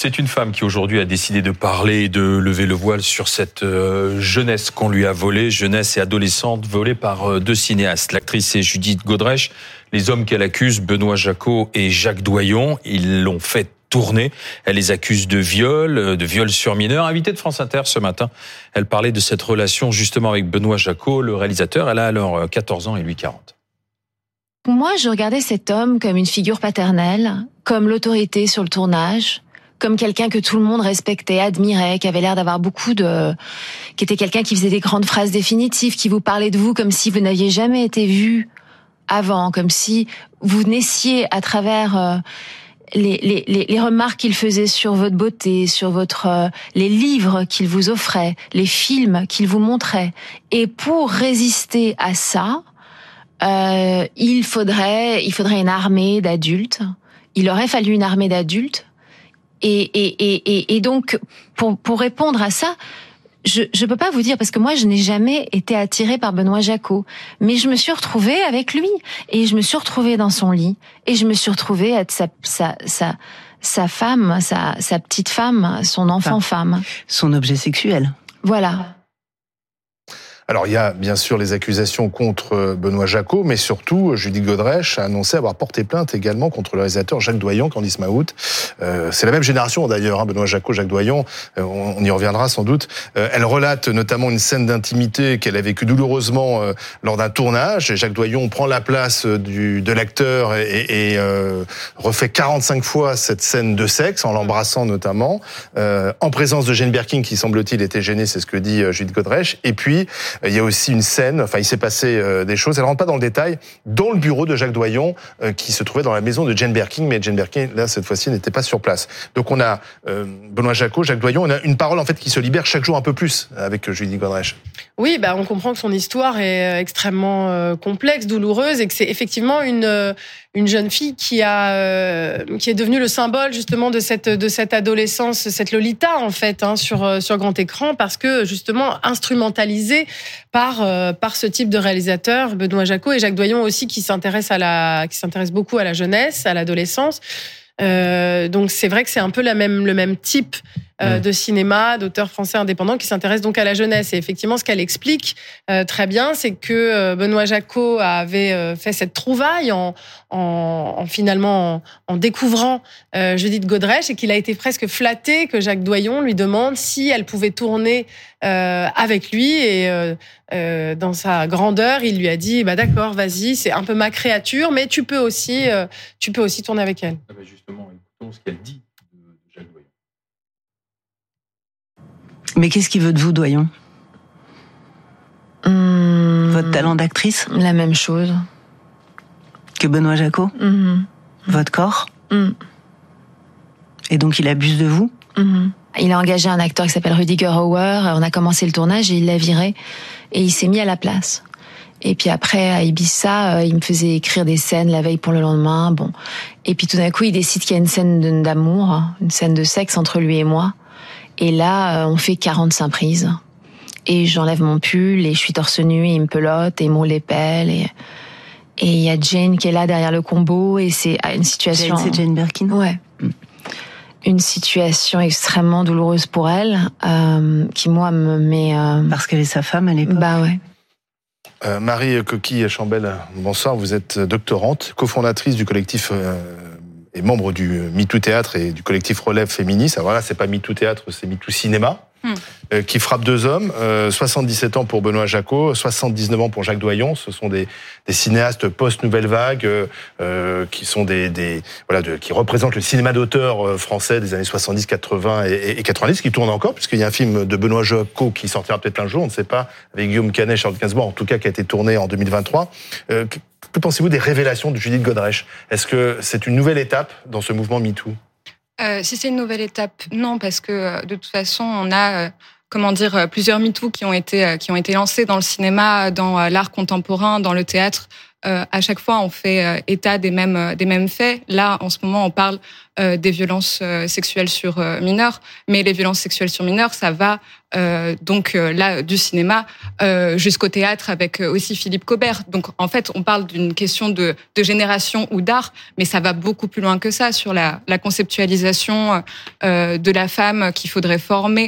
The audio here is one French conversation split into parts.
C'est une femme qui aujourd'hui a décidé de parler et de lever le voile sur cette jeunesse qu'on lui a volée, jeunesse et adolescente volée par deux cinéastes. L'actrice c'est Judith Godrèche. Les hommes qu'elle accuse, Benoît Jacquot et Jacques Doyon, ils l'ont fait tourner. Elle les accuse de viol sur mineur. Invitée de France Inter ce matin, elle parlait de cette relation justement avec Benoît Jacquot, le réalisateur. Elle a alors 14 ans et lui 40. Moi, je regardais cet homme comme une figure paternelle, comme l'autorité sur le tournage, comme quelqu'un que tout le monde respectait, admirait, qui avait l'air d'avoir qui était quelqu'un qui faisait des grandes phrases définitives, qui vous parlait de vous comme si vous n'aviez jamais été vu avant, comme si vous naissiez à travers les remarques qu'il faisait sur votre beauté, sur les livres qu'il vous offrait, les films qu'il vous montrait. Et pour résister à ça, il faudrait une armée d'adultes. Il aurait fallu une armée d'adultes. Et donc, pour répondre à ça, je peux pas vous dire, parce que moi, je n'ai jamais été attirée par Benoît Jacquot. Mais je me suis retrouvée avec lui. Et je me suis retrouvée dans son lit. Et je me suis retrouvée être sa femme, sa petite femme, son enfant femme. Son objet sexuel. Voilà. Alors, il y a bien sûr les accusations contre Benoît Jacquot, mais surtout, Judith Godrèche a annoncé avoir porté plainte également contre le réalisateur Jacques Doyon, Candice Mahout. C'est la même génération d'ailleurs, Benoît Jacquot, Jacques Doyon, on y reviendra sans doute. Elle relate notamment une scène d'intimité qu'elle a vécue douloureusement lors d'un tournage. Jacques Doyon prend la place de l'acteur et refait 45 fois cette scène de sexe, en l'embrassant notamment, en présence de Jane Birkin, qui semble-t-il était gênée, c'est ce que dit Judith Godrèche. Et puis, il y a aussi une scène, il s'est passé des choses, elle rentre pas dans le détail, dans le bureau de Jacques Doyon, qui se trouvait dans la maison de Jane Birkin, mais Jane Birkin, là, cette fois-ci, n'était pas sur place. Donc on a Benoît Jacquot, Jacques Doyon, on a une parole en fait qui se libère chaque jour un peu plus avec Judith Godrèche. Oui, on comprend que son histoire est extrêmement complexe, douloureuse, et que c'est effectivement une jeune fille qui est devenue le symbole justement de cette adolescence, cette Lolita en fait, sur grand écran, parce que justement instrumentalisée par ce type de réalisateur, Benoît Jacquot et Jacques Doyon aussi, qui s'intéressent beaucoup à la jeunesse, à l'adolescence. Donc c'est vrai que c'est un peu le même type de cinéma, d'auteurs français indépendants qui s'intéressent donc à la jeunesse. Et effectivement, ce qu'elle explique très bien, c'est que Benoît Jacquot avait fait cette trouvaille en finalement en découvrant Judith Godrèche, et qu'il a été presque flatté que Jacques Doyon lui demande si elle pouvait tourner avec lui, et dans sa grandeur, il lui a dit d'accord, vas-y, c'est un peu ma créature, mais tu peux aussi tourner avec elle. Justement, écoutons ce qu'elle dit de Jacques Doyon. Mais qu'est-ce qu'il veut de vous, Doyon ? Votre talent d'actrice ? La même chose. Que Benoît Jacquot ? Votre corps ? Et donc il abuse de vous ? Il a engagé un acteur qui s'appelle Rudiger Hauer. On a commencé le tournage et il l'a viré. Et il s'est mis à la place. Et puis après, à Ibiza, il me faisait écrire des scènes la veille pour le lendemain. Bon. Et puis tout d'un coup, il décide qu'il y a une scène d'amour, une scène de sexe entre lui et moi. Et là, on fait 45 prises. Et j'enlève mon pull et je suis torse nu et il me pelote et il me l'épelle. Et il y a Jane qui est là derrière le combo et c'est une situation... C'est Jane Birkin ? Ouais. Une situation extrêmement douloureuse pour elle, qui moi me met... Parce qu'elle est sa femme à l'époque. Bah ouais. Marie Coquille-Chambel, bonsoir, vous êtes doctorante, cofondatrice du collectif et membre du MeToo Théâtre et du collectif Relève Féministe. Alors là, c'est pas MeToo Théâtre, c'est MeToo Cinéma, qui frappe deux hommes, 77 ans pour Benoît Jacquot, 79 ans pour Jacques Doyon. Ce sont des cinéastes post-nouvelle vague, qui sont qui représentent le cinéma d'auteur français des années 70, 80 et 90, qui tourne encore, puisqu'il y a un film de Benoît Jacquot qui sortira peut-être un jour, on ne sait pas, avec Guillaume Canet, Charles Gainsbourg, en tout cas qui a été tourné en 2023. Que pensez-vous des révélations de Judith Godrèche ? Est-ce que c'est une nouvelle étape dans ce mouvement MeToo ? Si c'est une nouvelle étape, non, parce que de toute façon, on a plusieurs MeToo qui ont été lancés dans le cinéma, dans l'art contemporain, dans le théâtre. À chaque fois, on fait état des mêmes faits. Là, en ce moment, on parle des violences sexuelles sur mineurs, mais les violences sexuelles sur mineurs, ça va là du cinéma jusqu'au théâtre avec aussi Philippe Cobert. Donc en fait, on parle d'une question de génération ou d'art, mais ça va beaucoup plus loin que ça sur la conceptualisation de la femme qu'il faudrait former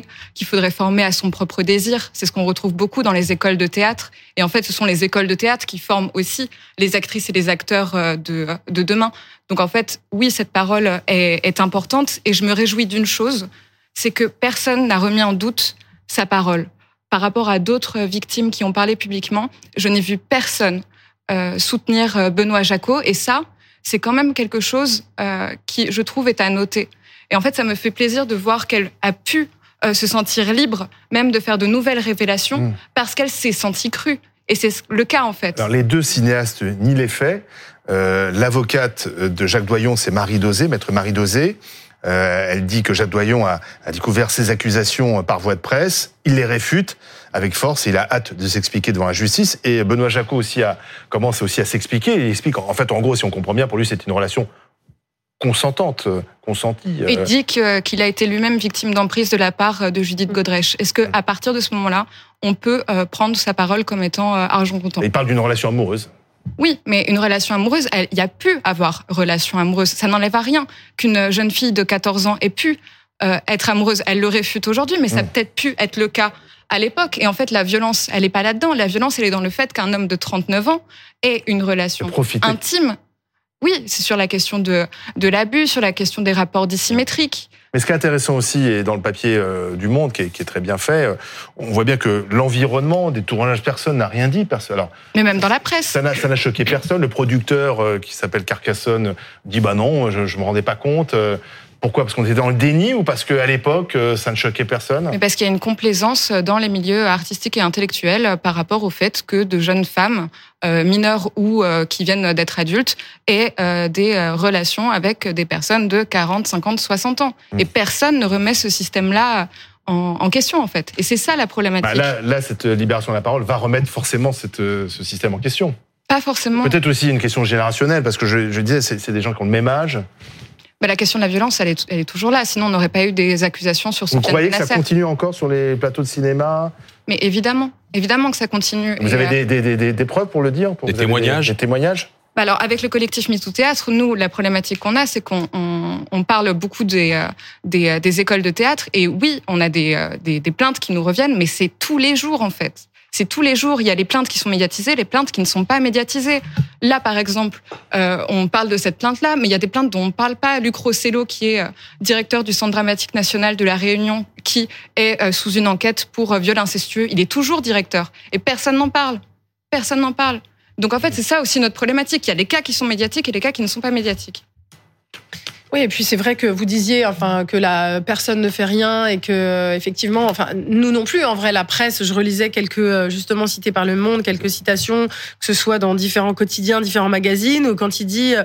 à son propre désir. C'est ce qu'on retrouve beaucoup dans les écoles de théâtre. Et en fait, ce sont les écoles de théâtre qui forment aussi les actrices et les acteurs de demain. Donc en fait, oui, cette parole est importante et je me réjouis d'une chose, c'est que personne n'a remis en doute sa parole. Par rapport à d'autres victimes qui ont parlé publiquement, je n'ai vu personne soutenir Benoît Jacquot et ça, c'est quand même quelque chose qui, je trouve, est à noter. Et en fait, ça me fait plaisir de voir qu'elle a pu se sentir libre, même de faire de nouvelles révélations, parce qu'elle s'est sentie crue. Et c'est le cas, en fait. Alors, les deux cinéastes nient les faits. L'avocate de Jacques Doyon, c'est Marie Dosé, maître Marie Dosé. Elle dit que Jacques Doyon a découvert ces accusations par voie de presse. Il les réfute avec force et il a hâte de s'expliquer devant la justice. Et Benoît Jacquot aussi commence aussi à s'expliquer. Il explique, en fait, en gros, si on comprend bien, pour lui, c'est une relation consentie. Il dit qu'il a été lui-même victime d'emprise de la part de Judith Godrèche. Est-ce que à partir de ce moment-là, on peut prendre sa parole comme étant argent comptant ? Il parle d'une relation amoureuse. Oui, mais une relation amoureuse, il y a pu avoir relation amoureuse. Ça n'enlève à rien qu'une jeune fille de 14 ans ait pu être amoureuse. Elle le réfute aujourd'hui, mais ça a peut-être pu être le cas à l'époque. Et en fait, la violence, elle n'est pas là-dedans. La violence, elle est dans le fait qu'un homme de 39 ans ait une relation intime. Oui, c'est sur la question de l'abus, sur la question des rapports dissymétriques. Mais ce qui est intéressant aussi, et dans le papier du Monde, qui est très bien fait, on voit bien que l'environnement des tournages, personne n'a rien dit. Alors, mais même dans la presse. Ça n'a choqué personne. Le producteur, qui s'appelle Carcassonne, dit « bah non, je ne me rendais pas compte ». Pourquoi ? Parce qu'on était dans le déni ou parce qu'à l'époque, ça ne choquait personne ? Mais parce qu'il y a une complaisance dans les milieux artistiques et intellectuels par rapport au fait que de jeunes femmes, mineures ou qui viennent d'être adultes, aient des relations avec des personnes de 40, 50, 60 ans. Et personne ne remet ce système-là en question, en fait. Et c'est ça la problématique. Là, cette libération de la parole va remettre forcément ce système en question. Pas forcément. Peut-être aussi une question générationnelle, parce que je disais, c'est des gens qui ont le même âge. La question de la violence, elle est toujours là. Sinon, on n'aurait pas eu des accusations sur Sofiane Benasser. Vous croyez que ça continue encore sur les plateaux de cinéma ? Mais évidemment que ça continue. Vous avez des preuves pour le dire ? Des témoignages ? Des témoignages ? Alors, avec le collectif MeToo Théâtre, nous, la problématique qu'on a, c'est qu'on parle beaucoup des écoles de théâtre. Et oui, on a des plaintes qui nous reviennent, mais c'est tous les jours, en fait. C'est tous les jours, il y a les plaintes qui sont médiatisées, les plaintes qui ne sont pas médiatisées. Là, par exemple, on parle de cette plainte-là, mais il y a des plaintes dont on ne parle pas. Luc Rossello, qui est directeur du Centre dramatique national de La Réunion, qui est sous une enquête pour viol incestueux, il est toujours directeur. Et personne n'en parle. Personne n'en parle. Donc en fait, c'est ça aussi notre problématique. Il y a des cas qui sont médiatiques et des cas qui ne sont pas médiatiques. Oui, et puis c'est vrai que vous disiez, que la personne ne fait rien et que effectivement, nous non plus. En vrai, la presse, je relisais quelques justement cités par Le Monde, quelques citations, que ce soit dans différents quotidiens, différents magazines, ou quand il dit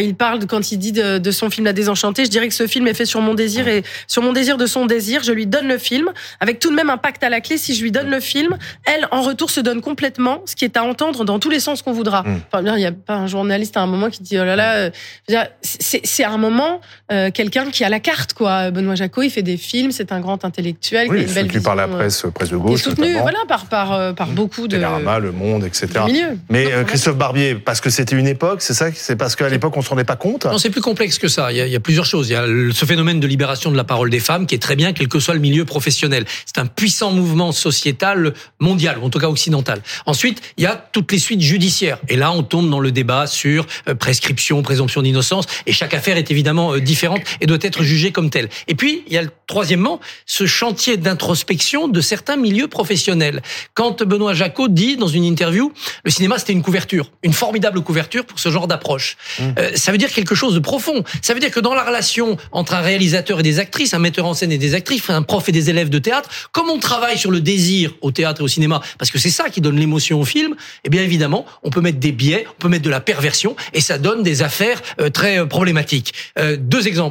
de son film La Désenchantée, je dirais que ce film est fait sur mon désir et sur mon désir de son désir. Je lui donne le film, avec tout de même un pacte à la clé. Si je lui donne le film, elle, en retour, se donne complètement, ce qui est à entendre dans tous les sens qu'on voudra. Il y a pas un journaliste à un moment qui dit oh là là, c'est à un moment. Quelqu'un qui a la carte, quoi. Benoît Jacquot, il fait des films, c'est un grand intellectuel. Oui, qui a une belle vision, par la presse de gauche. Il est soutenu, par beaucoup de. Télérama, Le Monde, etc. Milieu. Mais Christophe Barbier, parce que c'était une époque, c'est ça ? C'est parce qu'à l'époque, on se rendait pas compte ? Non, c'est plus complexe que ça. Il y a plusieurs choses. Il y a ce phénomène de libération de la parole des femmes qui est très bien, quel que soit le milieu professionnel. C'est un puissant mouvement sociétal mondial, ou en tout cas occidental. Ensuite, il y a toutes les suites judiciaires. Et là, on tombe dans le débat sur prescription, présomption d'innocence. Et chaque affaire est évidemment différente et doit être jugée comme telle. Et puis, il y a troisièmement, ce chantier d'introspection de certains milieux professionnels. Quand Benoît Jacquot dit dans une interview, le cinéma c'était une couverture, une formidable couverture pour ce genre d'approche. Ça veut dire quelque chose de profond. Ça veut dire que dans la relation entre un réalisateur et des actrices, un metteur en scène et des actrices, un prof et des élèves de théâtre, comme on travaille sur le désir au théâtre et au cinéma, parce que c'est ça qui donne l'émotion au film, eh bien évidemment, on peut mettre des biais, on peut mettre de la perversion, et ça donne des affaires très problématiques. Deux exemples.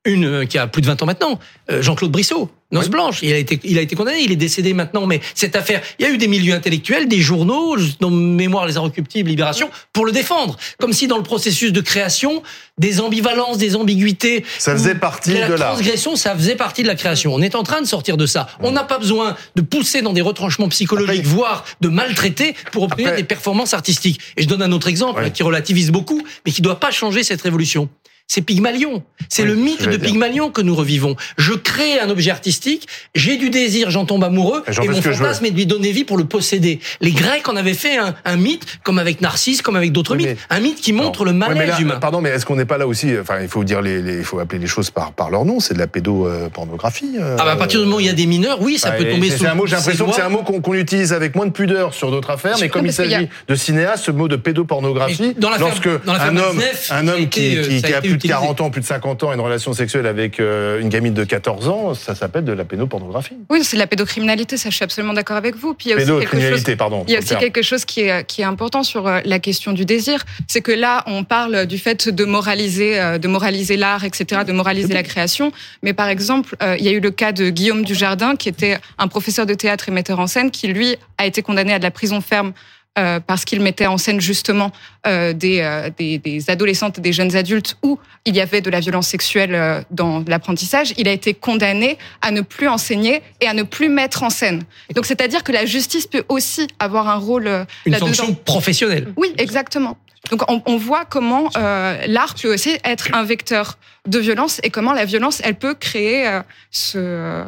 une qui a plus de 20 ans maintenant, Jean-Claude Brissot. Noce blanche, il a été condamné, il est décédé maintenant, mais cette affaire, il y a eu des milieux intellectuels, des journaux, dans Mémoire, Les Inrecuptibles, Libération, pour le défendre. Comme si dans le processus de création, des ambivalences, des ambiguïtés, ça faisait partie de la transgression, ça faisait partie de la création. On est en train de sortir de ça. On n'a pas besoin de pousser dans des retranchements psychologiques, voire de maltraiter pour obtenir des performances artistiques. Et je donne un autre exemple qui relativise beaucoup, mais qui ne doit pas changer cette révolution. C'est Pygmalion. C'est le mythe de Pygmalion que nous revivons. Je crée un objet artistique, j'ai du désir, j'en tombe amoureux, et mon fantasme est de lui donner vie pour le posséder. Les Grecs en avaient fait un mythe, comme avec Narcisse, comme avec d'autres mythes. Un mythe qui montre le malaise humain. Pardon, mais est-ce qu'on n'est pas là aussi, enfin, il faut dire il faut appeler les choses par leur nom, c'est de la pédopornographie. À partir du moment où il y a des mineurs, oui, ça peut tomber sous. C'est un mot, j'ai l'impression que c'est un mot qu'on utilise avec moins de pudeur sur d'autres affaires, mais comme il s'agit de cinéaste, ce mot de pédopornographie, lorsque un homme qui a plus de 40 ans, plus de 50 ans, a une relation sexuelle avec une gamine de 14 ans, ça s'appelle de la pédopornographie. Oui, c'est de la pédocriminalité, ça je suis absolument d'accord avec vous. Puis il y a aussi quelque chose qui est important sur la question du désir, c'est que là on parle du fait de moraliser l'art, etc., de moraliser la création. Mais par exemple, il y a eu le cas de Guillaume Dujardin, qui était un professeur de théâtre et metteur en scène, qui lui a été condamné à de la prison ferme parce qu'il mettait en scène justement des adolescentes et des jeunes adultes où il y avait de la violence sexuelle dans l'apprentissage. Il a été condamné à ne plus enseigner et à ne plus mettre en scène. Donc c'est-à-dire que la justice peut aussi avoir un rôle une sanction professionnelle. Oui, exactement. Donc on voit comment l'art peut aussi être un vecteur de violence et comment la violence elle peut créer ces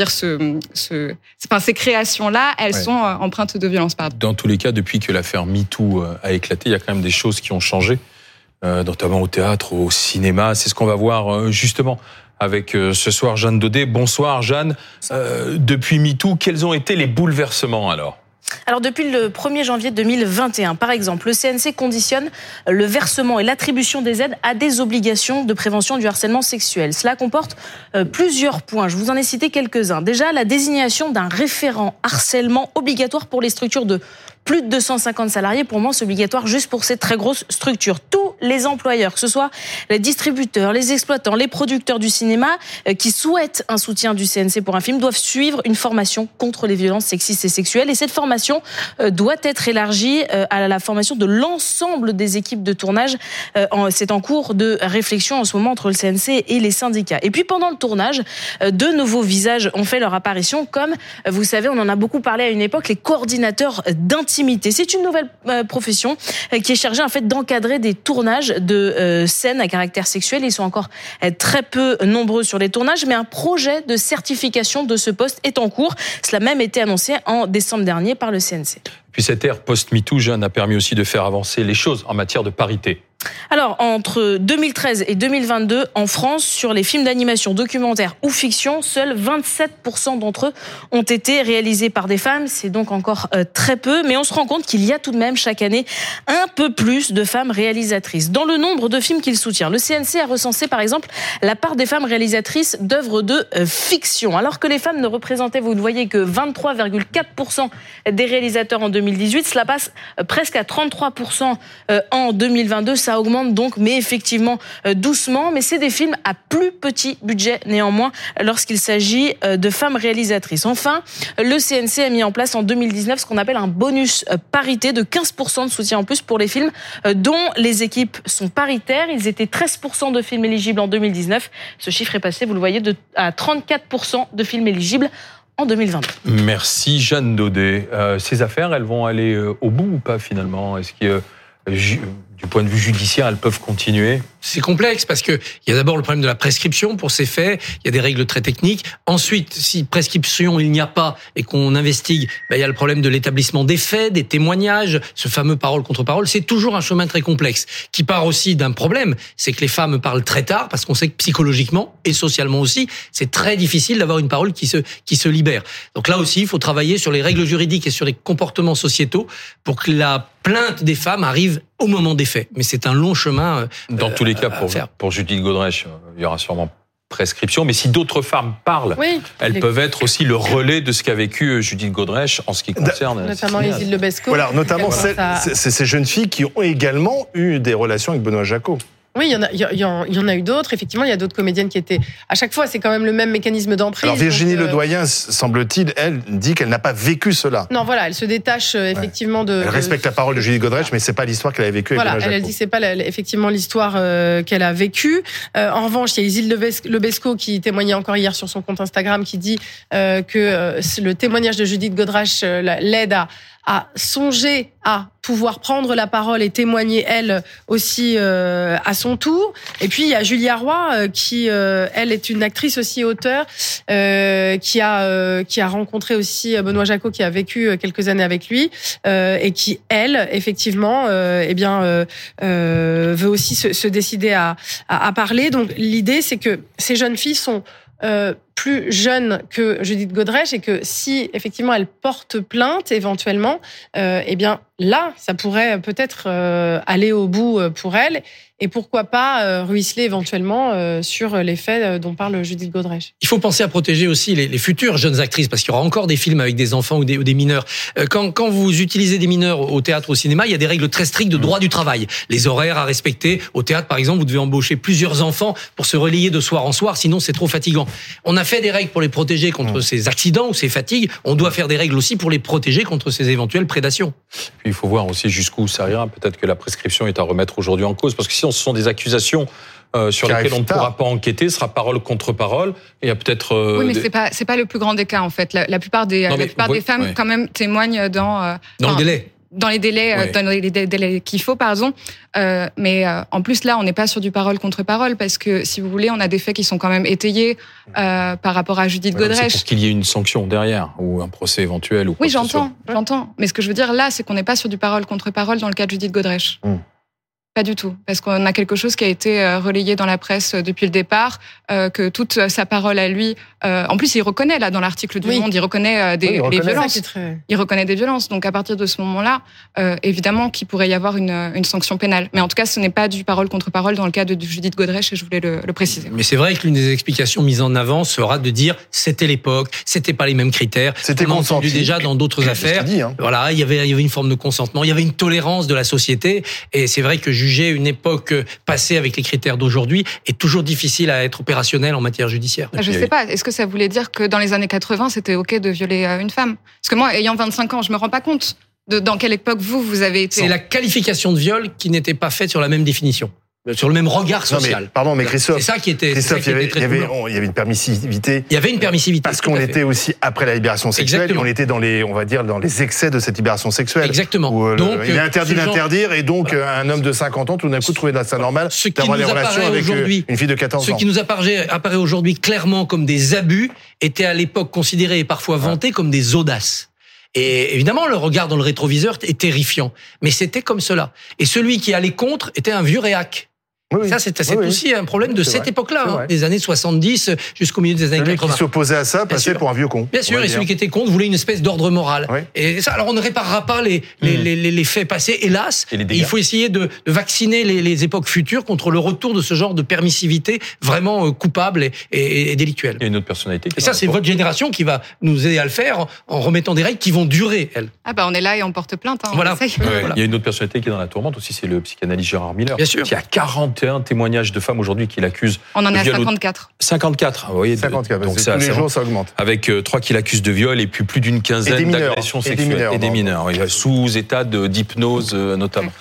créations-là, elles sont empreintes de violence. Dans tous les cas, depuis que l'affaire MeToo a éclaté, il y a quand même des choses qui ont changé, notamment au théâtre, au cinéma. C'est ce qu'on va voir justement avec ce soir Jeanne Daudet. Bonsoir Jeanne. Depuis MeToo, quels ont été les bouleversements alors ? Alors depuis le 1er janvier 2021, par exemple, le CNC conditionne le versement et l'attribution des aides à des obligations de prévention du harcèlement sexuel. Cela comporte plusieurs points. Je vous en ai cité quelques-uns. Déjà, la désignation d'un référent harcèlement obligatoire pour les structures de plus de 250 salariés. Pour moi, c'est obligatoire juste pour ces très grosses structures. Tous les employeurs, que ce soit les distributeurs, les exploitants, les producteurs du cinéma qui souhaitent un soutien du CNC pour un film, doivent suivre une formation contre les violences sexistes et sexuelles. Et cette formation doit être élargie à la formation de l'ensemble des équipes de tournage. C'est en cours de réflexion en ce moment entre le CNC et les syndicats. Et puis pendant le tournage, de nouveaux visages ont fait leur apparition, comme vous savez, on en a beaucoup parlé à une époque, les coordinateurs d'intimité. C'est une nouvelle profession qui est chargée en fait d'encadrer des tournages de scènes à caractère sexuel. Ils sont encore très peu nombreux sur les tournages, mais un projet de certification de ce poste est en cours. Cela a même été annoncé en décembre dernier par le CNC. Puis cette ère post-MeToo, Jeanne, a permis aussi de faire avancer les choses en matière de parité. Alors, entre 2013 et 2022, en France, sur les films d'animation, documentaires ou fiction, seuls 27% d'entre eux ont été réalisés par des femmes. C'est donc encore très peu, mais on se rend compte qu'il y a tout de même chaque année un peu plus de femmes réalisatrices. Dans le nombre de films qu'il soutient, le CNC a recensé par exemple la part des femmes réalisatrices d'œuvres de fiction. Alors que les femmes ne représentaient, vous le voyez, que 23,4% des réalisateurs en 2018, cela passe presque à 33% en 2022. Ça augmente donc, mais effectivement doucement. Mais c'est des films à plus petit budget néanmoins lorsqu'il s'agit de femmes réalisatrices. Enfin, le CNC a mis en place en 2019 ce qu'on appelle un bonus parité de 15% de soutien en plus pour les films dont les équipes sont paritaires. Ils étaient 13% de films éligibles en 2019. Ce chiffre est passé, vous le voyez, à 34% de films éligibles en 2022. Merci Jeanne Daudet. Ces affaires, elles vont aller au bout ou pas finalement ? Est-ce que du point de vue judiciaire, elles peuvent continuer ? C'est complexe parce que il y a d'abord le problème de la prescription pour ces faits. Il y a des règles très techniques. Ensuite, si prescription il n'y a pas et qu'on investigue, il y a le problème de l'établissement des faits, des témoignages, ce fameux parole contre parole. C'est toujours un chemin très complexe qui part aussi d'un problème, c'est que les femmes parlent très tard parce qu'on sait que psychologiquement et socialement aussi, c'est très difficile d'avoir une parole qui se libère. Donc là aussi, il faut travailler sur les règles juridiques et sur les comportements sociétaux pour que la plainte des femmes arrive au moment des faits. Mais c'est un long chemin. Dans tous les cas, pour Judith Godrèche, il y aura sûrement prescription. Mais si d'autres femmes parlent, elles peuvent être aussi le relais de ce qu'a vécu Judith Godrèche en ce qui concerne... Notamment Isil Lebesco. Voilà, notamment ces jeunes filles qui ont également eu des relations avec Benoît Jacot. Oui, il y en a eu d'autres. Effectivement, il y a d'autres comédiennes qui étaient... À chaque fois, c'est quand même le même mécanisme d'emprise. Alors Virginie Ledoyen, semble-t-il, elle dit qu'elle n'a pas vécu cela. Non, voilà, elle se détache effectivement de... Elle respecte la parole de Judith Godrèche, mais c'est pas l'histoire qu'elle avait vécue avec Benoît Jacot. Elle dit que c'est pas effectivement l'histoire qu'elle a vécue. En revanche, il y a Isil Lebesco qui témoignait encore hier sur son compte Instagram, qui dit que le témoignage de Judith Godrèche l'aide à songer à pouvoir prendre la parole et témoigner elle aussi à son tour. Et puis il y a Julia Roy qui elle est une actrice aussi auteure qui a rencontré aussi Benoît Jacot, qui a vécu quelques années avec lui et qui elle effectivement veut aussi se décider à parler. Donc l'idée c'est que ces jeunes filles sont plus jeune que Judith Godrèche et que si effectivement elle porte plainte éventuellement, eh bien là ça pourrait peut-être aller au bout pour elle et pourquoi pas ruisseler éventuellement sur les faits dont parle Judith Godrèche. Il faut penser à protéger aussi les futures jeunes actrices parce qu'il y aura encore des films avec des enfants ou des mineurs. Quand vous utilisez des mineurs au théâtre, au cinéma, il y a des règles très strictes de droit du travail. Les horaires à respecter. Au théâtre, par exemple, vous devez embaucher plusieurs enfants pour se relayer de soir en soir, sinon c'est trop fatigant. On a fait des règles pour les protéger contre ces accidents ou ces fatigues. On doit faire des règles aussi pour les protéger contre ces éventuelles prédations. Puis il faut voir aussi jusqu'où ça ira. Peut-être que la prescription est à remettre aujourd'hui en cause, parce que sinon ce sont des accusations sur lesquelles on ne pourra pas enquêter, ce sera parole contre parole. Il y a peut-être... oui, mais c'est pas le plus grand des cas, en fait. La plupart des femmes, quand même, témoignent dans le délai. Dans les délais, dans les délais qu'il faut, pardon. Mais en plus, là, on n'est pas sur du parole contre parole, parce que, si vous voulez, on a des faits qui sont quand même étayés par rapport à Judith Godrèche. C'est pour qu'il y ait une sanction derrière, ou un procès éventuel. Ou oui, j'entends. Mais ce que je veux dire, là, c'est qu'on n'est pas sur du parole contre parole dans le cas de Judith Godrèche. Pas du tout, parce qu'on a quelque chose qui a été relayé dans la presse depuis le départ, que toute sa parole à lui... en plus, il reconnaît, là, dans l'article du Monde, il reconnaît les violences. Il reconnaît des violences. Donc, à partir de ce moment-là, évidemment qu'il pourrait y avoir une sanction pénale. Mais en tout cas, ce n'est pas du parole contre parole dans le cas de Judith Godrèche, et je voulais le préciser. Mais c'est vrai que l'une des explications mises en avant sera de dire c'était l'époque, c'était pas les mêmes critères. C'était entendu déjà dans d'autres affaires. Voilà, il y avait une forme de consentement, il y avait une tolérance de la société, et c'est vrai que juger une époque passée avec les critères d'aujourd'hui est toujours difficile à être opérationnel en matière judiciaire. Je sais pas, est-ce que ça voulait dire que dans les années 80, c'était OK de violer une femme? Parce que moi, ayant 25 ans, je me rends pas compte dans quelle époque vous avez été... C'est la qualification de viol qui n'était pas faite sur la même définition, sur le même regard social. Mais Christophe, c'est ça qui était. Christophe, il y avait une permissivité. Il y avait une permissivité parce qu'on était aussi après la libération sexuelle. Exactement. Et on était dans les excès de cette libération sexuelle. Exactement. Où donc il est interdit d'interdire, et donc un homme de 50 ans tout d'un coup trouvait ça normal d'avoir des relations avec une fille de 14 ans. Ce qui nous apparaît aujourd'hui clairement comme des abus était à l'époque considéré et parfois vanté comme des audaces. Et évidemment, le regard dans le rétroviseur est terrifiant. Mais c'était comme cela. Et celui qui allait contre était un vieux réac. Oui, ça, c'est aussi un problème de cette époque-là, des années 70 jusqu'au milieu des années 80. Celui qui s'opposait à ça passait pour un vieux con. Bien sûr, et celui qui était contre voulait une espèce d'ordre moral. Oui. Et ça, alors on ne réparera pas les faits passés, hélas. Il faut essayer de vacciner les époques futures contre le retour de ce genre de permissivité vraiment coupable et délictuelle. Il y a une autre personnalité. Et ça, c'est votre génération qui va nous aider à le faire en remettant des règles qui vont durer, elles. Ah on est là et on porte plainte. Voilà. Il y a une autre personnalité qui est dans la tourmente aussi, c'est le psychanalyste Gérard Miller. Bien sûr. Qui a 41 témoignages de femmes aujourd'hui qui l'accusent. On en est à 54. 54, vous voyez. 54, donc tous les jours ça augmente. Avec 3 qui l'accusent de viol et puis plus d'une quinzaine d'agressions sexuelles. Et des mineurs. Sous état d'hypnose notamment.